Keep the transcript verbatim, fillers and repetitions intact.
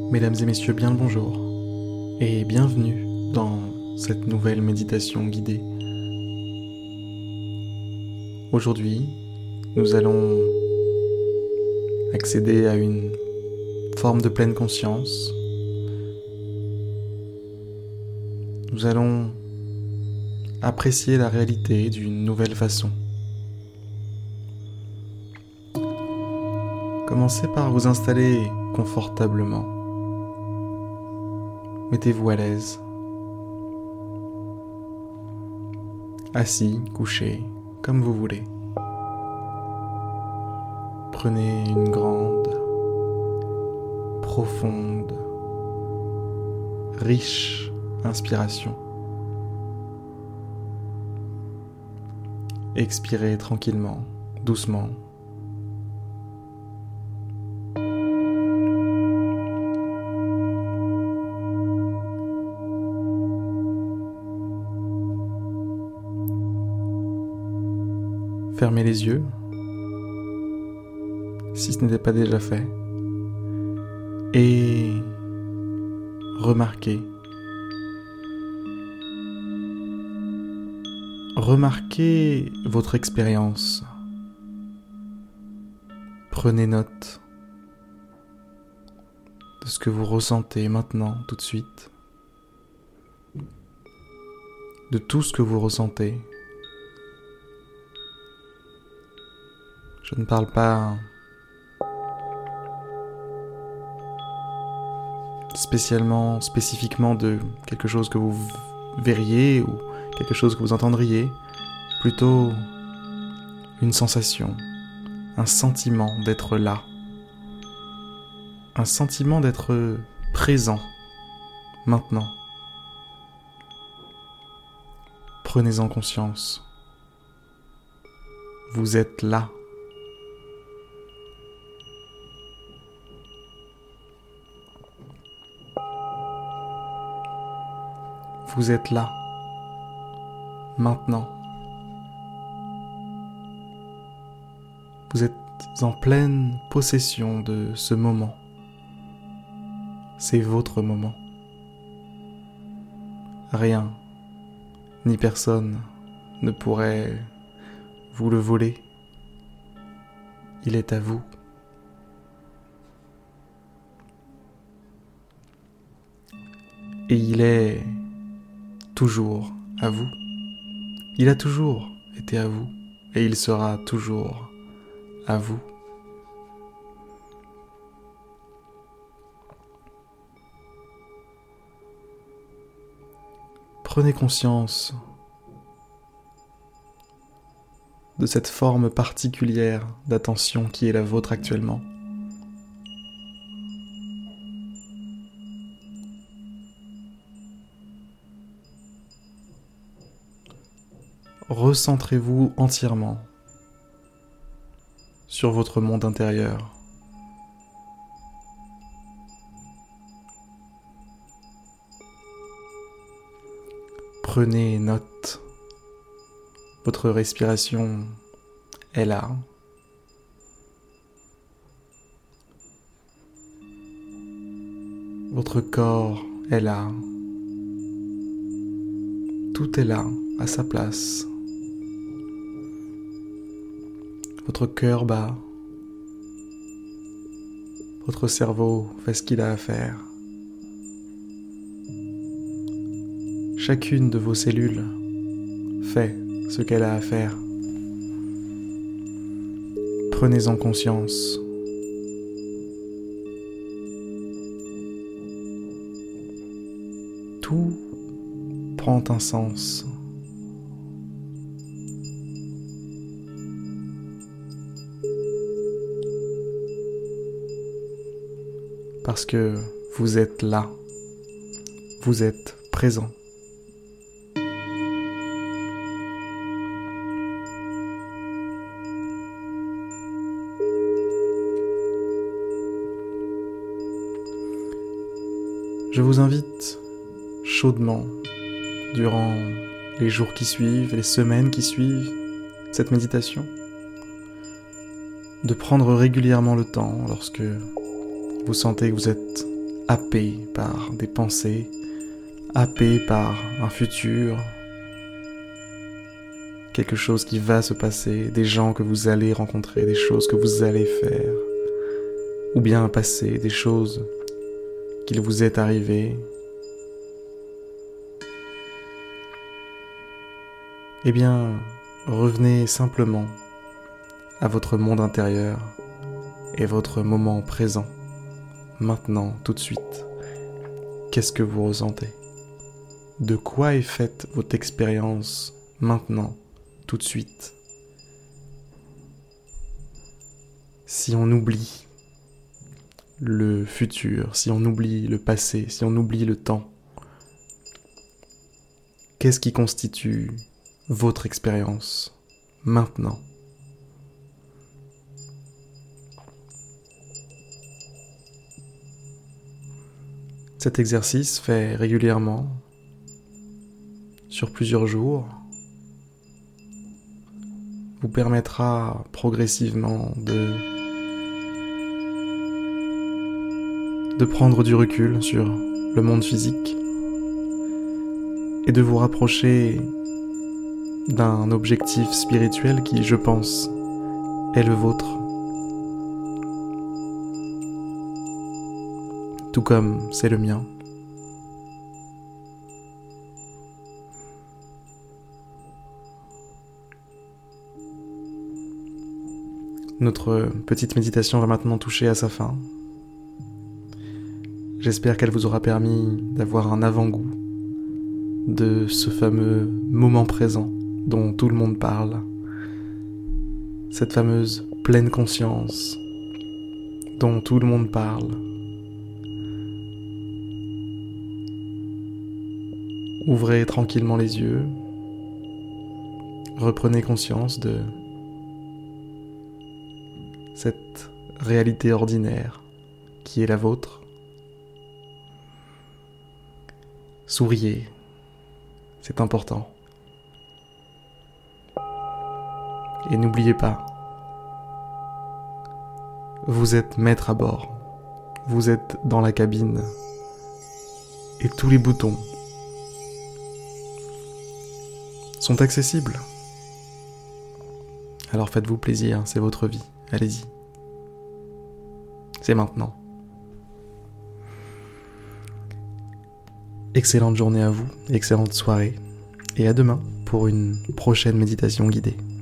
Mesdames et messieurs, bien le bonjour et bienvenue dans cette nouvelle méditation guidée. Aujourd'hui, nous allons accéder à une forme de pleine conscience. Nous allons apprécier la réalité d'une nouvelle façon. Commencez par vous installer confortablement. Mettez-vous à l'aise. Assis, couché, comme vous voulez. Prenez une grande, profonde, riche inspiration. Expirez tranquillement, doucement. Fermez les yeux, si ce n'était pas déjà fait, et remarquez. Remarquez votre expérience. Prenez note de ce que vous ressentez maintenant, tout de suite, de tout ce que vous ressentez. Je ne parle pas spécialement, spécifiquement de quelque chose que vous verriez ou quelque chose que vous entendriez, plutôt une sensation, un sentiment d'être là, un sentiment d'être présent, maintenant. Prenez-en conscience. Vous êtes là. Vous êtes là, maintenant. Vous êtes en pleine possession de ce moment. C'est votre moment. Rien, ni personne ne pourrait vous le voler. Il est à vous. Et il est toujours à vous. Il a toujours été à vous et il sera toujours à vous. Prenez conscience de cette forme particulière d'attention qui est la vôtre actuellement. Recentrez-vous entièrement sur votre monde intérieur. Prenez note. Votre respiration est là. Votre corps est là. Tout est là, à sa place. Votre cœur bat. Votre cerveau fait ce qu'il a à faire. Chacune de vos cellules fait ce qu'elle a à faire. Prenez-en conscience. Tout prend un sens. Parce que vous êtes là, vous êtes présent. Je vous invite chaudement, durant les jours qui suivent, les semaines qui suivent cette méditation, de prendre régulièrement le temps lorsque vous sentez que vous êtes happé par des pensées, happé par un futur, quelque chose qui va se passer, des gens que vous allez rencontrer, des choses que vous allez faire, ou bien un passé, des choses qu'il vous est arrivé. Eh bien, revenez simplement à votre monde intérieur et votre moment présent, maintenant, tout de suite. Qu'est-ce que vous ressentez ? De quoi est faite votre expérience maintenant, tout de suite ? Si on oublie le futur, si on oublie le passé, si on oublie le temps, qu'est-ce qui constitue votre expérience maintenant ? Cet exercice fait régulièrement, sur plusieurs jours, vous permettra progressivement de, de prendre du recul sur le monde physique et de vous rapprocher d'un objectif spirituel qui, je pense, est le vôtre. Tout comme c'est le mien. Notre petite méditation va maintenant toucher à sa fin. J'espère qu'elle vous aura permis d'avoir un avant-goût de ce fameux moment présent dont tout le monde parle, cette fameuse pleine conscience dont tout le monde parle. Ouvrez tranquillement les yeux, reprenez conscience de cette réalité ordinaire qui est la vôtre. Souriez, c'est important. Et n'oubliez pas, vous êtes maître à bord, vous êtes dans la cabine, et tous les boutons sont accessibles. Alors faites-vous plaisir, c'est votre vie, allez-y. C'est maintenant. Excellente journée à vous, excellente soirée, et à demain pour une prochaine méditation guidée.